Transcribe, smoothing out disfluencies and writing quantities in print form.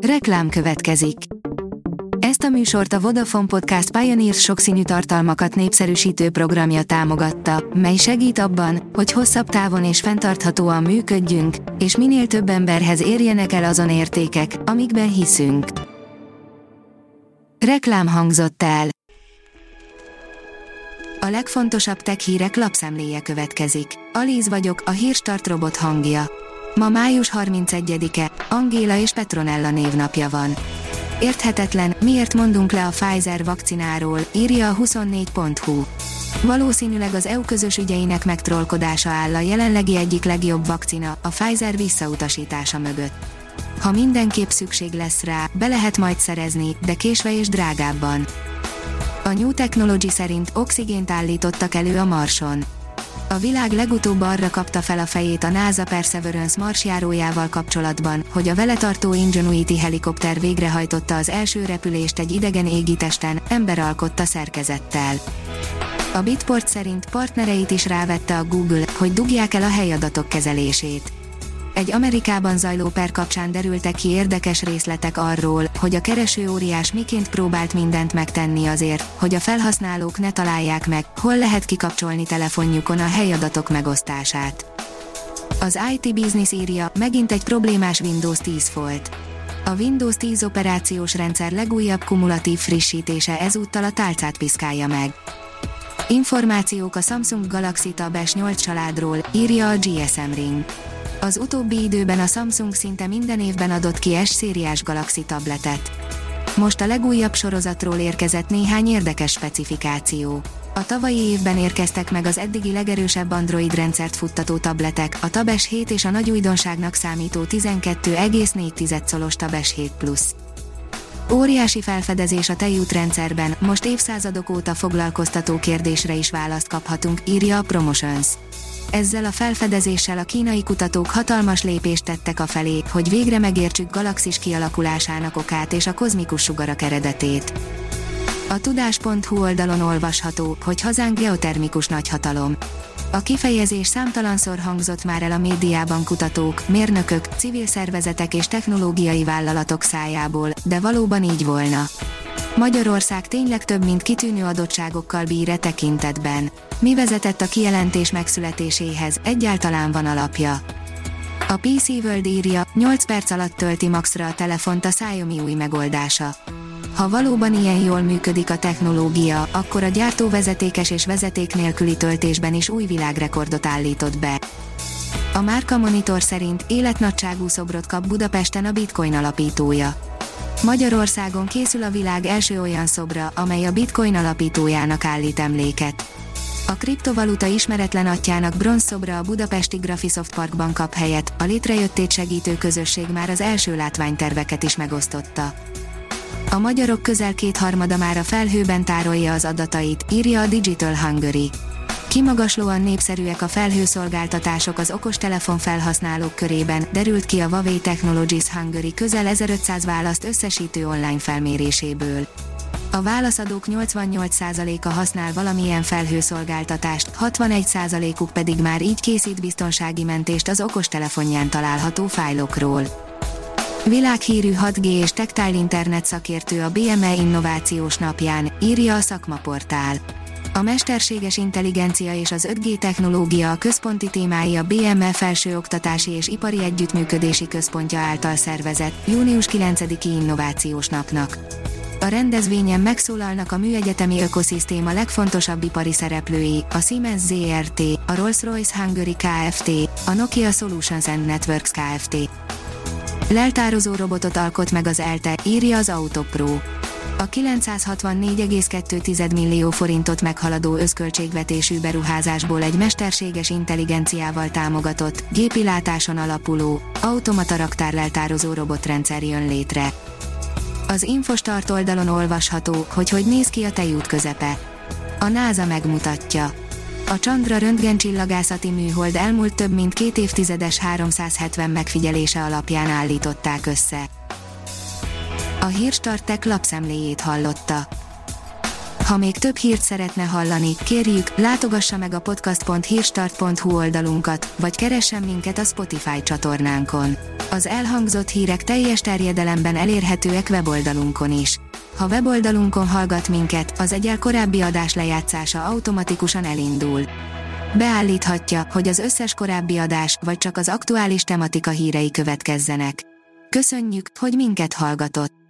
Reklám következik. Ezt a műsort a Vodafone Podcast Pioneers sokszínű tartalmakat népszerűsítő programja támogatta, mely segít abban, hogy hosszabb távon és fenntarthatóan működjünk, és minél több emberhez érjenek el azon értékek, amikben hiszünk. Reklám hangzott el. A legfontosabb tech hírek lapszemléje következik. Alíz vagyok, a Hírstart robot hangja. Ma május 31-e, Angéla és Petronella névnapja van. Érthetetlen, miért mondunk le a Pfizer vakcináról, írja a 24.hu. Valószínűleg az EU közös ügyeinek megtrollkodása áll a jelenlegi egyik legjobb vakcina, a Pfizer visszautasítása mögött. Ha mindenképp szükség lesz rá, be lehet majd szerezni, de késve és drágábban. A New Technology szerint oxigént állítottak elő a Marson. A világ legutóbb arra kapta fel a fejét a NASA Perseverance marsjárójával kapcsolatban, hogy a vele tartó Ingenuity helikopter végrehajtotta az első repülést egy idegen égitesten, emberalkotta szerkezettel. A Bitport szerint partnereit is rávette a Google, hogy dugják el a helyadatok kezelését. Egy Amerikában zajló per kapcsán derültek ki érdekes részletek arról, hogy a kereső óriás miként próbált mindent megtenni azért, hogy a felhasználók ne találják meg, hol lehet kikapcsolni telefonjukon a helyadatok megosztását. Az IT Business írja, megint egy problémás Windows 10 volt. A Windows 10 operációs rendszer legújabb kumulatív frissítése ezúttal a tálcát piszkálja meg. Információk a Samsung Galaxy Tab S8 családról, írja a GSM Ring. Az utóbbi időben a Samsung szinte minden évben adott ki S-szériás Galaxy tabletet. Most a legújabb sorozatról érkezett néhány érdekes specifikáció. A tavalyi évben érkeztek meg az eddigi legerősebb Android rendszert futtató tabletek, a Tab S7 és a nagy újdonságnak számító 12,4 colos Tab S7 Plus. Óriási felfedezés a tejútrendszerben, most évszázadok óta foglalkoztató kérdésre is választ kaphatunk, írja a Promotions. Ezzel a felfedezéssel a kínai kutatók hatalmas lépést tettek afelé, hogy végre megértsük galaxis kialakulásának okát és a kozmikus sugarak eredetét. A tudás.hu oldalon olvasható, hogy hazánk geotermikus nagyhatalom. A kifejezés számtalanszor hangzott már el a médiában kutatók, mérnökök, civil szervezetek és technológiai vállalatok szájából, de valóban így volna. Magyarország tényleg több mint kitűnő adottságokkal bír e tekintetben. Mi vezetett a kijelentés megszületéséhez, egyáltalán van alapja? A PC World írja, 8 perc alatt tölti maxra a telefont a Xiaomi új megoldása. Ha valóban ilyen jól működik a technológia, akkor a gyártó vezetékes és vezeték nélküli töltésben is új világrekordot állított be. A Márka Monitor szerint életnagyságú szobrot kap Budapesten a Bitcoin alapítója. Magyarországon készül a világ első olyan szobra, amely a Bitcoin alapítójának állít emléket. A kriptovaluta ismeretlen atyjának bronzszobra a budapesti Graphisoft Parkban kap helyet, a létrejöttét segítő közösség már az első látványterveket is megosztotta. A magyarok közel kétharmada már a felhőben tárolja az adatait, írja a Digital Hungary. Kimagaslóan népszerűek a felhőszolgáltatások az okostelefon felhasználók körében, derült ki a Huawei Technologies Hungary közel 1500 választ összesítő online felméréséből. A válaszadók 88%-a használ valamilyen felhőszolgáltatást, 61%-uk pedig már így készít biztonsági mentést az okostelefonján található fájlokról. Világhírű 6G és Tactile internet szakértő a BME Innovációs Napján, írja a Szakmaportál. A mesterséges intelligencia és az 5G technológia a központi témái a BME Felsőoktatási és Ipari Együttműködési Központja által szervezett, június 9-i Innovációs Napnak. A rendezvényen megszólalnak a műegyetemi ökoszisztéma legfontosabb ipari szereplői, a Siemens Zrt., a Rolls-Royce Hungary Kft., a Nokia Solutions and Networks Kft. Leltározó robotot alkot meg az ELTE, írja az Autopro. A 964,2 millió forintot meghaladó összköltségvetésű beruházásból egy mesterséges intelligenciával támogatott, gépi látáson alapuló, automata raktárleltározó robotrendszer jön létre. Az Infostart oldalon olvasható, hogy néz ki a tejút közepe. A NASA megmutatja. A Chandra röntgencsillagászati műhold elmúlt több mint 2 évtizedes 370 megfigyelése alapján állították össze. A Hírstart Tech lapszemléjét hallotta. Ha még több hírt szeretne hallani, kérjük, látogassa meg a podcast.hírstart.hu oldalunkat, vagy keressen minket a Spotify csatornánkon. Az elhangzott hírek teljes terjedelemben elérhetőek weboldalunkon is. Ha weboldalunkon hallgat minket, az egyel korábbi adás lejátszása automatikusan elindul. Beállíthatja, hogy az összes korábbi adás, vagy csak az aktuális tematika hírei következzenek. Köszönjük, hogy minket hallgatott!